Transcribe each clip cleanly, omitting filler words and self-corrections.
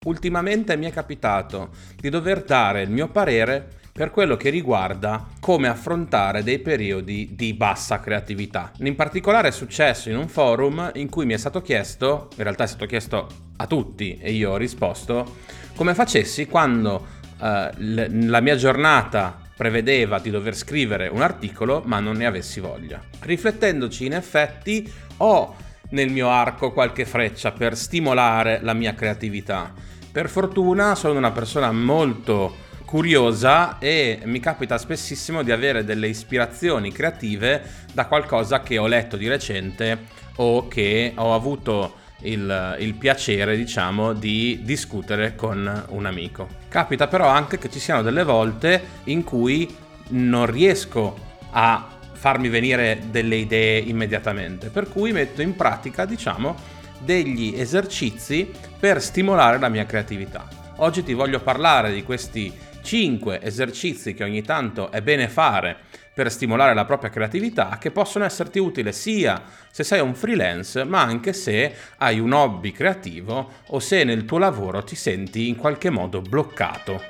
Ultimamente mi è capitato di dover dare il mio parere per quello che riguarda come affrontare dei periodi di bassa creatività. In particolare è successo in un forum in cui mi è stato chiesto, in realtà è stato chiesto a tutti e io ho risposto, come facessi quando la mia giornata prevedeva di dover scrivere un articolo ma non ne avessi voglia. Riflettendoci, in effetti ho nel mio arco qualche freccia per stimolare la mia creatività. Per fortuna sono una persona molto curiosa e mi capita spessissimo di avere delle ispirazioni creative da qualcosa che ho letto di recente o che ho avuto il piacere, diciamo, di discutere con un amico. Capita però anche che ci siano delle volte in cui non riesco a farmi venire delle idee immediatamente, per cui metto in pratica, diciamo, degli esercizi per stimolare la mia creatività. Oggi ti voglio parlare di questi 5 esercizi che ogni tanto è bene fare per stimolare la propria creatività, che possono esserti utili sia se sei un freelance, ma anche se hai un hobby creativo o se nel tuo lavoro ti senti in qualche modo bloccato.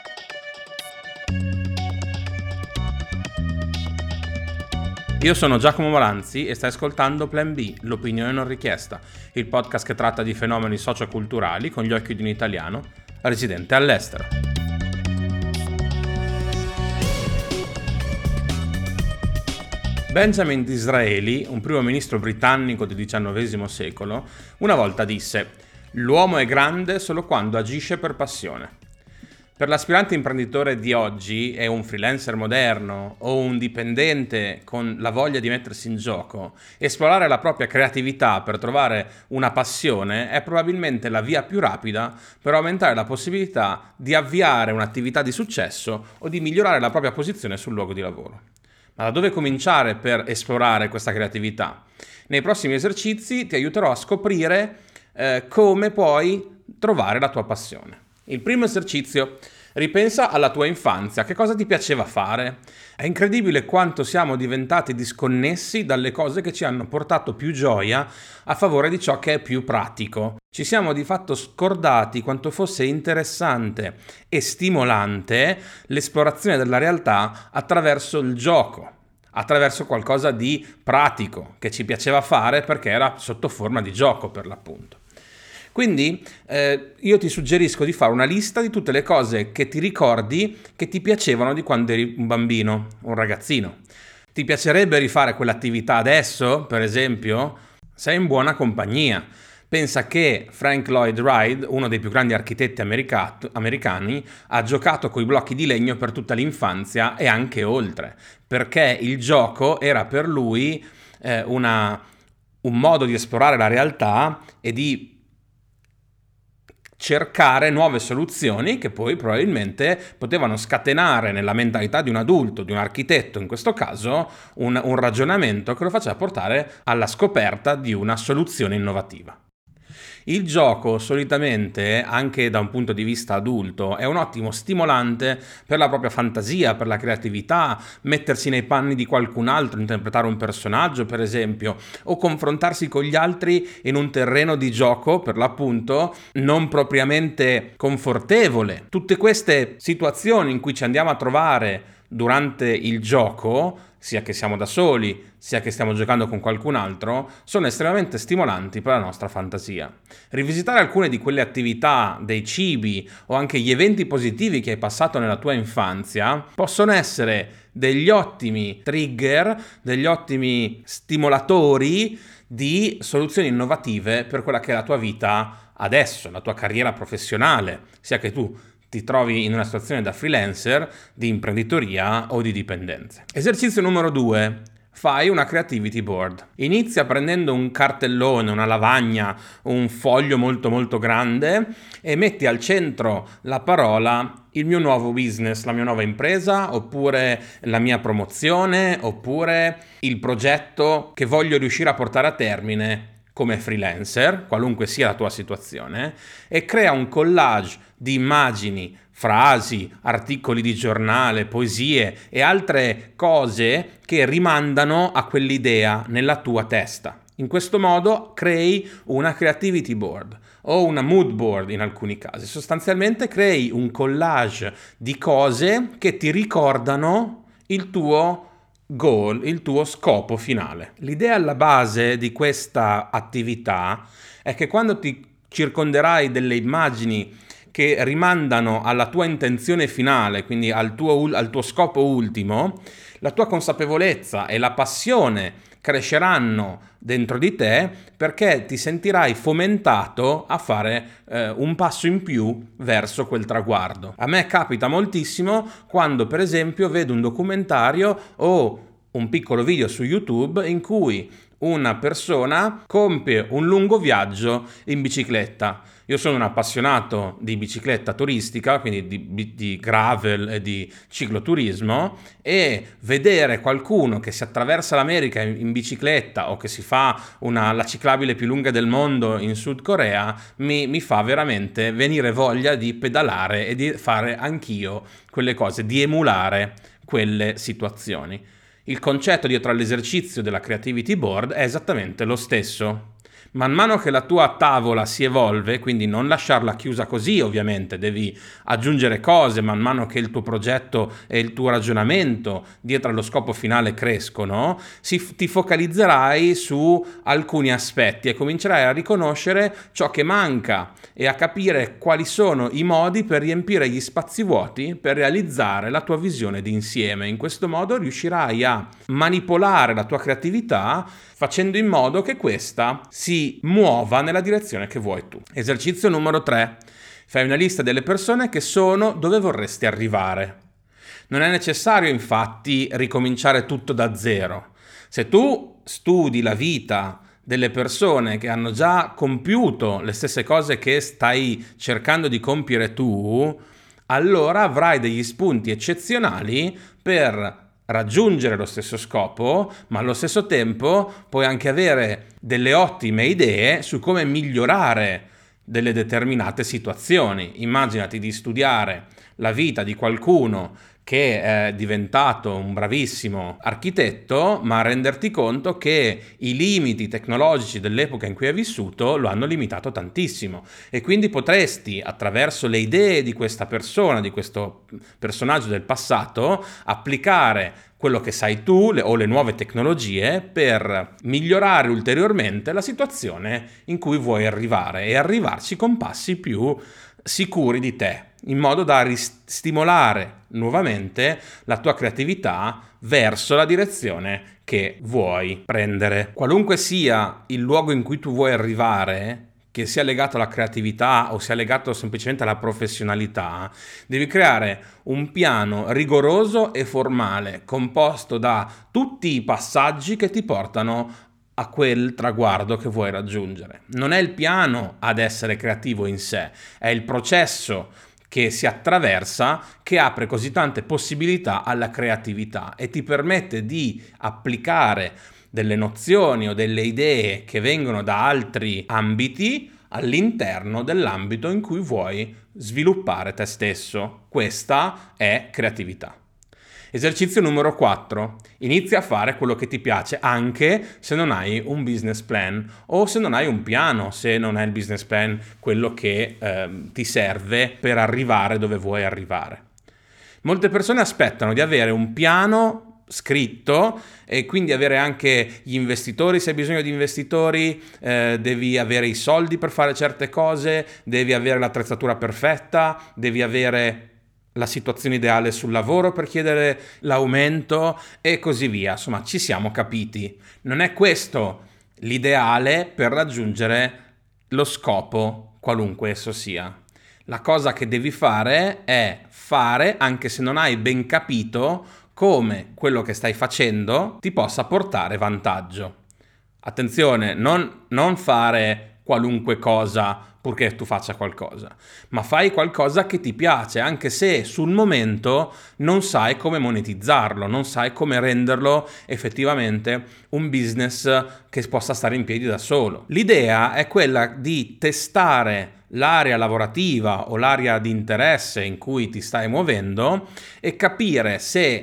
Io sono Giacomo Molanzi e stai ascoltando Plan B, l'opinione non richiesta, il podcast che tratta di fenomeni socioculturali con gli occhi di un italiano residente all'estero. Benjamin Disraeli, un primo ministro britannico del XIX secolo, una volta disse: «L'uomo è grande solo quando agisce per passione». Per l'aspirante imprenditore di oggi e un freelancer moderno o un dipendente con la voglia di mettersi in gioco, esplorare la propria creatività per trovare una passione è probabilmente la via più rapida per aumentare la possibilità di avviare un'attività di successo o di migliorare la propria posizione sul luogo di lavoro. Ma da dove cominciare per esplorare questa creatività? Nei prossimi esercizi ti aiuterò a scoprire come puoi trovare la tua passione. Il primo esercizio: ripensa alla tua infanzia, che cosa ti piaceva fare? È incredibile quanto siamo diventati disconnessi dalle cose che ci hanno portato più gioia a favore di ciò che è più pratico. Ci siamo di fatto scordati quanto fosse interessante e stimolante l'esplorazione della realtà attraverso il gioco, attraverso qualcosa di pratico che ci piaceva fare perché era sotto forma di gioco, per l'appunto. Quindi io ti suggerisco di fare una lista di tutte le cose che ti ricordi che ti piacevano di quando eri un bambino, un ragazzino. Ti piacerebbe rifare quell'attività adesso, per esempio? Sei in buona compagnia. Pensa che Frank Lloyd Wright, uno dei più grandi architetti americani, ha giocato coi blocchi di legno per tutta l'infanzia e anche oltre, perché il gioco era per lui un modo di esplorare la realtà e di cercare nuove soluzioni che poi probabilmente potevano scatenare nella mentalità di un adulto, di un architetto in questo caso, un ragionamento che lo faceva portare alla scoperta di una soluzione innovativa. Il gioco solitamente, anche da un punto di vista adulto, è un ottimo stimolante per la propria fantasia, per la creatività, mettersi nei panni di qualcun altro, interpretare un personaggio per esempio, o confrontarsi con gli altri in un terreno di gioco, per l'appunto, non propriamente confortevole. Tutte queste situazioni in cui ci andiamo a trovare durante il gioco, sia che siamo da soli, sia che stiamo giocando con qualcun altro, sono estremamente stimolanti per la nostra fantasia. Rivisitare alcune di quelle attività, dei cibi o anche gli eventi positivi che hai passato nella tua infanzia possono essere degli ottimi trigger, degli ottimi stimolatori di soluzioni innovative per quella che è la tua vita adesso, la tua carriera professionale, sia che tu ti trovi in una situazione da freelancer, di imprenditoria o di dipendenze. Esercizio numero 2. Fai una creativity board. Inizia prendendo un cartellone, una lavagna, un foglio molto molto grande e metti al centro la parola il mio nuovo business, la mia nuova impresa, oppure la mia promozione, oppure il progetto che voglio riuscire a portare a termine come freelancer, qualunque sia la tua situazione, e crea un collage di immagini, frasi, articoli di giornale, poesie e altre cose che rimandano a quell'idea nella tua testa. In questo modo crei una creativity board o una mood board in alcuni casi. Sostanzialmente crei un collage di cose che ti ricordano il tuo goal, il tuo scopo finale. L'idea alla base di questa attività è che quando ti circonderai delle immagini che rimandano alla tua intenzione finale, quindi al tuo scopo ultimo, la tua consapevolezza e la passione cresceranno dentro di te perché ti sentirai fomentato a fare un passo in più verso quel traguardo. A me capita moltissimo quando, per esempio, vedo un documentario o un piccolo video su YouTube in cui una persona compie un lungo viaggio in bicicletta. Io sono un appassionato di bicicletta turistica, quindi di gravel e di cicloturismo, e vedere qualcuno che si attraversa l'America in bicicletta o che si fa la ciclabile più lunga del mondo in Sud Corea mi fa veramente venire voglia di pedalare e di fare anch'io quelle cose, di emulare quelle situazioni. Il concetto dietro all'esercizio della Creativity Board è esattamente lo stesso. Man mano che la tua tavola si evolve, quindi non lasciarla chiusa così, ovviamente, devi aggiungere cose man mano che il tuo progetto e il tuo ragionamento dietro allo scopo finale crescono, ti focalizzerai su alcuni aspetti e comincerai a riconoscere ciò che manca e a capire quali sono i modi per riempire gli spazi vuoti per realizzare la tua visione d'insieme. In questo modo riuscirai a manipolare la tua creatività facendo in modo che questa si muova nella direzione che vuoi tu. Esercizio numero 3. Fai una lista delle persone che sono dove vorresti arrivare. Non è necessario infatti ricominciare tutto da zero. Se tu studi la vita delle persone che hanno già compiuto le stesse cose che stai cercando di compiere tu, allora avrai degli spunti eccezionali per raggiungere lo stesso scopo, ma allo stesso tempo puoi anche avere delle ottime idee su come migliorare delle determinate situazioni. Immaginati di studiare la vita di qualcuno che è diventato un bravissimo architetto, ma renderti conto che i limiti tecnologici dell'epoca in cui hai vissuto lo hanno limitato tantissimo, e quindi potresti, attraverso le idee di questa persona, di questo personaggio del passato, applicare quello che sai tu o le nuove tecnologie per migliorare ulteriormente la situazione in cui vuoi arrivare e arrivarci con passi più sicuri di te, in modo da stimolare nuovamente la tua creatività verso la direzione che vuoi prendere. Qualunque sia il luogo in cui tu vuoi arrivare, che sia legato alla creatività o sia legato semplicemente alla professionalità, devi creare un piano rigoroso e formale, composto da tutti i passaggi che ti portano a quel traguardo che vuoi raggiungere. Non è il piano ad essere creativo in sé, è il processo che si attraversa che apre così tante possibilità alla creatività e ti permette di applicare delle nozioni o delle idee che vengono da altri ambiti all'interno dell'ambito in cui vuoi sviluppare te stesso. Questa è creatività. Esercizio numero 4. Inizia a fare quello che ti piace anche se non hai un business plan o se non hai un piano, se non hai il business plan quello che ti serve per arrivare dove vuoi arrivare. Molte persone aspettano di avere un piano scritto e quindi avere anche gli investitori. Se hai bisogno di investitori, devi avere i soldi per fare certe cose, devi avere l'attrezzatura perfetta, devi avere la situazione ideale sul lavoro per chiedere l'aumento e così via. Insomma, ci siamo capiti. Non è questo l'ideale per raggiungere lo scopo, qualunque esso sia. La cosa che devi fare è fare, anche se non hai ben capito come quello che stai facendo ti possa portare vantaggio. Attenzione, non fare qualunque cosa purché tu faccia qualcosa, ma fai qualcosa che ti piace, anche se sul momento non sai come monetizzarlo, non sai come renderlo effettivamente un business che possa stare in piedi da solo. L'idea è quella di testare l'area lavorativa o l'area di interesse in cui ti stai muovendo e capire se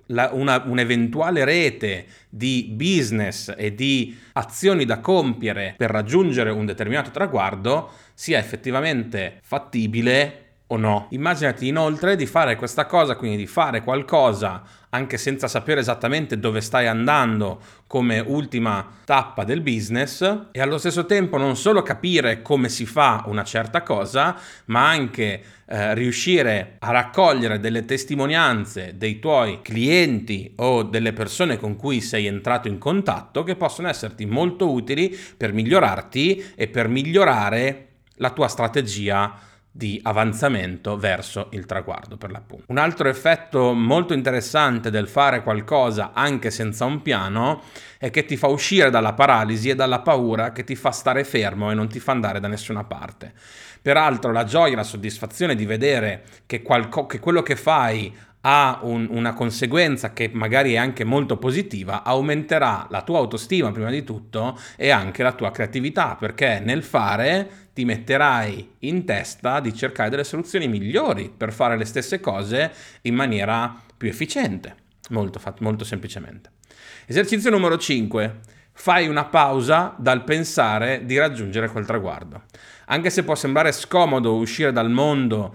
un'eventuale rete di business e di azioni da compiere per raggiungere un determinato traguardo sia effettivamente fattibile o no. Immaginati inoltre di fare questa cosa, quindi di fare qualcosa anche senza sapere esattamente dove stai andando come ultima tappa del business, e allo stesso tempo non solo capire come si fa una certa cosa, ma anche riuscire a raccogliere delle testimonianze dei tuoi clienti o delle persone con cui sei entrato in contatto, che possono esserti molto utili per migliorarti e per migliorare la tua strategia di avanzamento verso il traguardo, per l'appunto. Un altro effetto molto interessante del fare qualcosa anche senza un piano è che ti fa uscire dalla paralisi e dalla paura che ti fa stare fermo e non ti fa andare da nessuna parte. Peraltro la gioia e la soddisfazione di vedere che quello che fai ha una conseguenza che magari è anche molto positiva, aumenterà la tua autostima prima di tutto e anche la tua creatività, perché nel fare ti metterai in testa di cercare delle soluzioni migliori per fare le stesse cose in maniera più efficiente, molto semplicemente. Esercizio numero 5. Fai una pausa dal pensare di raggiungere quel traguardo. Anche se può sembrare scomodo uscire dal mondo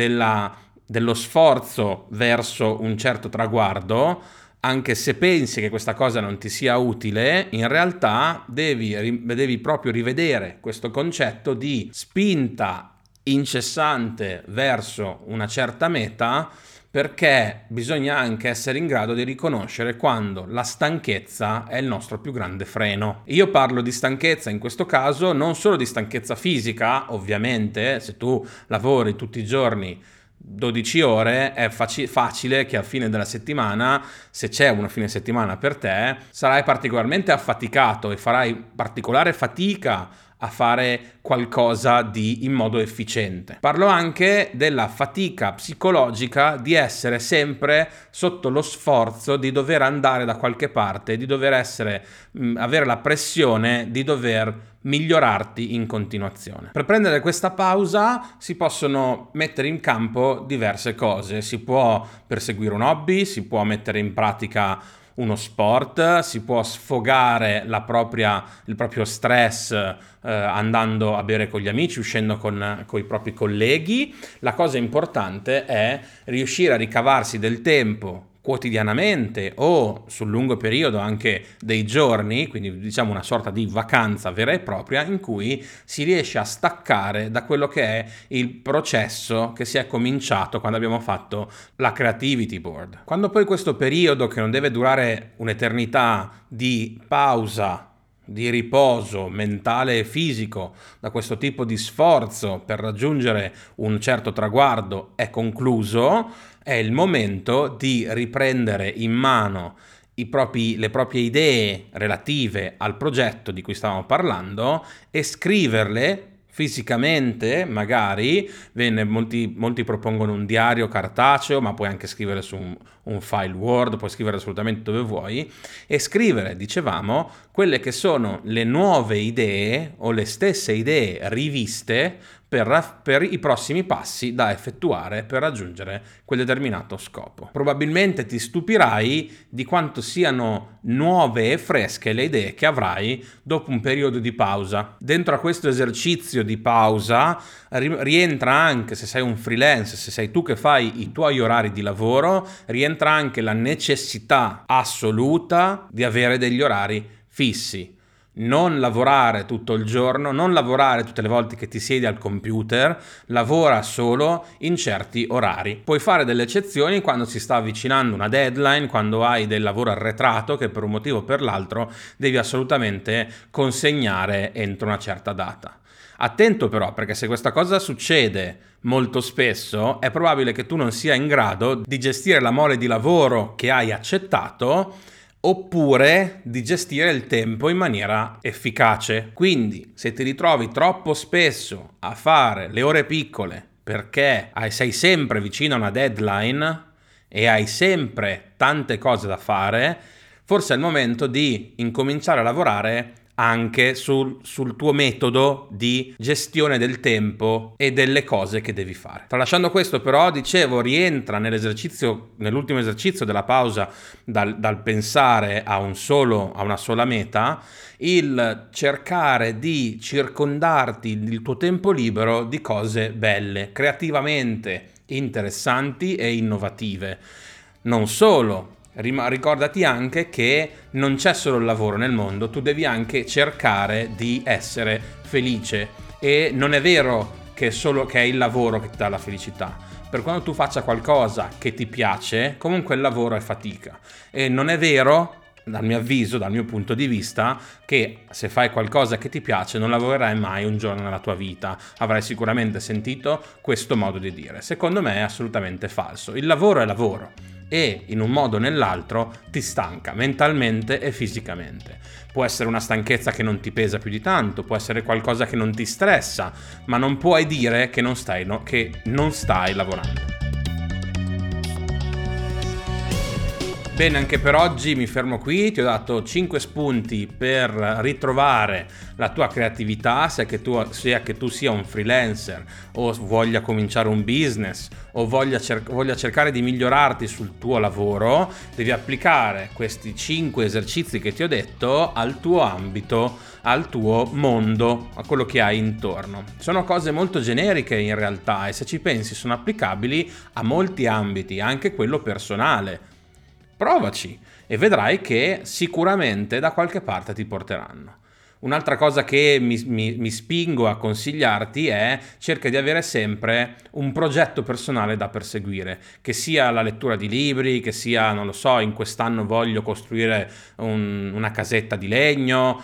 dello sforzo verso un certo traguardo, anche se pensi che questa cosa non ti sia utile, in realtà devi proprio rivedere questo concetto di spinta incessante verso una certa meta, perché bisogna anche essere in grado di riconoscere quando la stanchezza è il nostro più grande freno. Io parlo di stanchezza in questo caso non solo di stanchezza fisica, ovviamente, se tu lavori tutti i giorni 12 ore è facile che a fine della settimana, se c'è una fine settimana per te, sarai particolarmente affaticato e farai particolare fatica a fare qualcosa in modo efficiente. Parlo anche della fatica psicologica di essere sempre sotto lo sforzo di dover andare da qualche parte, di dover avere la pressione di dover migliorarti in continuazione. Per prendere questa pausa si possono mettere in campo diverse cose. Si può perseguire un hobby, si può mettere in pratica uno sport, si può sfogare il proprio stress andando a bere con gli amici, uscendo con i propri colleghi. La cosa importante è riuscire a ricavarsi del tempo quotidianamente o sul lungo periodo anche dei giorni, quindi diciamo una sorta di vacanza vera e propria in cui si riesce a staccare da quello che è il processo che si è cominciato quando abbiamo fatto la Creativity Board. Quando poi questo periodo, che non deve durare un'eternità, di pausa, di riposo mentale e fisico da questo tipo di sforzo per raggiungere un certo traguardo è concluso, è il momento di riprendere in mano le proprie idee relative al progetto di cui stavamo parlando e scriverle fisicamente, magari. Molti propongono un diario cartaceo, ma puoi anche scrivere su un file Word, puoi scrivere assolutamente dove vuoi, e scrivere, dicevamo, quelle che sono le nuove idee o le stesse idee riviste per i prossimi passi da effettuare per raggiungere quel determinato scopo. Probabilmente ti stupirai di quanto siano nuove e fresche le idee che avrai dopo un periodo di pausa. Dentro a questo esercizio di pausa rientra anche, se sei un freelance, se sei tu che fai i tuoi orari di lavoro, rientra anche la necessità assoluta di avere degli orari fissi. Non lavorare tutto il giorno, non lavorare tutte le volte che ti siedi al computer, lavora solo in certi orari. Puoi fare delle eccezioni quando si sta avvicinando una deadline, quando hai del lavoro arretrato che per un motivo o per l'altro devi assolutamente consegnare entro una certa data. Attento però, perché se questa cosa succede molto spesso, è probabile che tu non sia in grado di gestire la mole di lavoro che hai accettato, oppure di gestire il tempo in maniera efficace. Quindi, se ti ritrovi troppo spesso a fare le ore piccole perché sei sempre vicino a una deadline e hai sempre tante cose da fare, forse è il momento di incominciare a lavorare anche sul tuo metodo di gestione del tempo e delle cose che devi fare. Tralasciando questo, però, dicevo, rientra nell'ultimo esercizio della pausa dal pensare a una sola meta, il cercare di circondarti il tuo tempo libero di cose belle, creativamente interessanti e innovative. Non solo, ricordati anche che non c'è solo il lavoro nel mondo, tu devi anche cercare di essere felice, e non è vero che è il lavoro che ti dà la felicità. Per quando tu faccia qualcosa che ti piace, comunque il lavoro è fatica, e non è vero, dal mio avviso, dal mio punto di vista, che se fai qualcosa che ti piace non lavorerai mai un giorno nella tua vita. Avrai sicuramente sentito questo modo di dire. Secondo me è assolutamente falso. Il lavoro è lavoro e in un modo o nell'altro ti stanca mentalmente e fisicamente. Può essere una stanchezza che non ti pesa più di tanto, può essere qualcosa che non ti stressa, ma non puoi dire che non stai lavorando. Bene, anche per oggi mi fermo qui, ti ho dato 5 spunti per ritrovare la tua creatività, sia che tu sia un freelancer o voglia cominciare un business o voglia cercare di migliorarti sul tuo lavoro. Devi applicare questi 5 esercizi che ti ho detto al tuo ambito, al tuo mondo, a quello che hai intorno. Sono cose molto generiche in realtà, e se ci pensi sono applicabili a molti ambiti, anche quello personale. Provaci e vedrai che sicuramente da qualche parte ti porteranno. Un'altra cosa che mi spingo a consigliarti è: cerca di avere sempre un progetto personale da perseguire, che sia la lettura di libri, che sia, non lo so, in quest'anno voglio costruire una casetta di legno.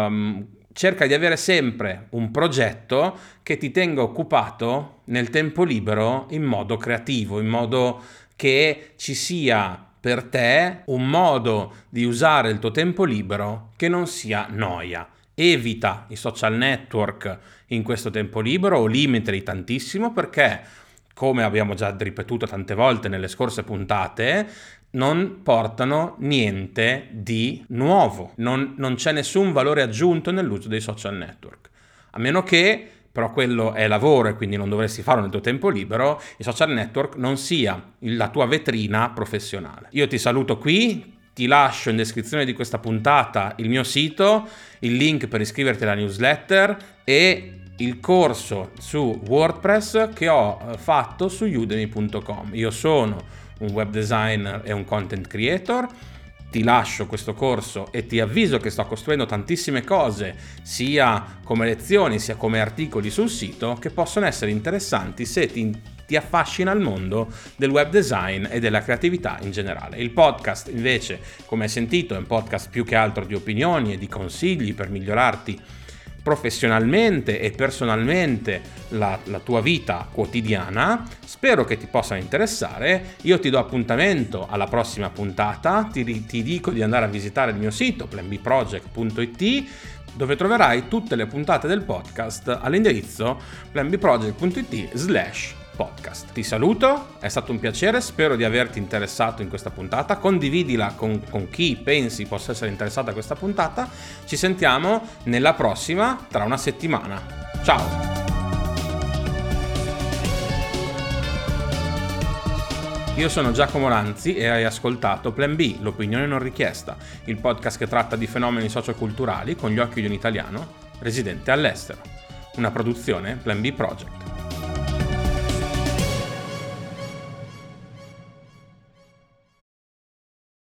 Cerca di avere sempre un progetto che ti tenga occupato nel tempo libero in modo creativo, in modo che ci sia per te un modo di usare il tuo tempo libero che non sia noia. Evita i social network in questo tempo libero o limitali tantissimo, perché, come abbiamo già ripetuto tante volte nelle scorse puntate, non portano niente di nuovo. Non c'è nessun valore aggiunto nell'uso dei social network. A meno che, però quello è lavoro e quindi non dovresti farlo nel tuo tempo libero, i social network non sia la tua vetrina professionale. Io ti saluto qui, ti lascio in descrizione di questa puntata il mio sito, il link per iscriverti alla newsletter e il corso su WordPress che ho fatto su udemy.com. Io sono un web designer e un content creator. Ti lascio questo corso e ti avviso che sto costruendo tantissime cose, sia come lezioni sia come articoli sul sito, che possono essere interessanti se ti affascina il mondo del web design e della creatività in generale. Il podcast invece, come hai sentito, è un podcast più che altro di opinioni e di consigli per migliorarti professionalmente e personalmente la tua vita quotidiana. Spero che ti possano interessare. Io ti do appuntamento alla prossima puntata. Ti dico di andare a visitare il mio sito planbproject.it, dove troverai tutte le puntate del podcast all'indirizzo planbproject.it/podcast. Ti saluto, è stato un piacere, spero di averti interessato in questa puntata. Condividila con chi pensi possa essere interessato a questa puntata. Ci sentiamo nella prossima, tra una settimana. Ciao! Io sono Giacomo Lanzi e hai ascoltato Plan B, l'opinione non richiesta, il podcast che tratta di fenomeni socioculturali con gli occhi di un italiano residente all'estero. Una produzione Plan B Project.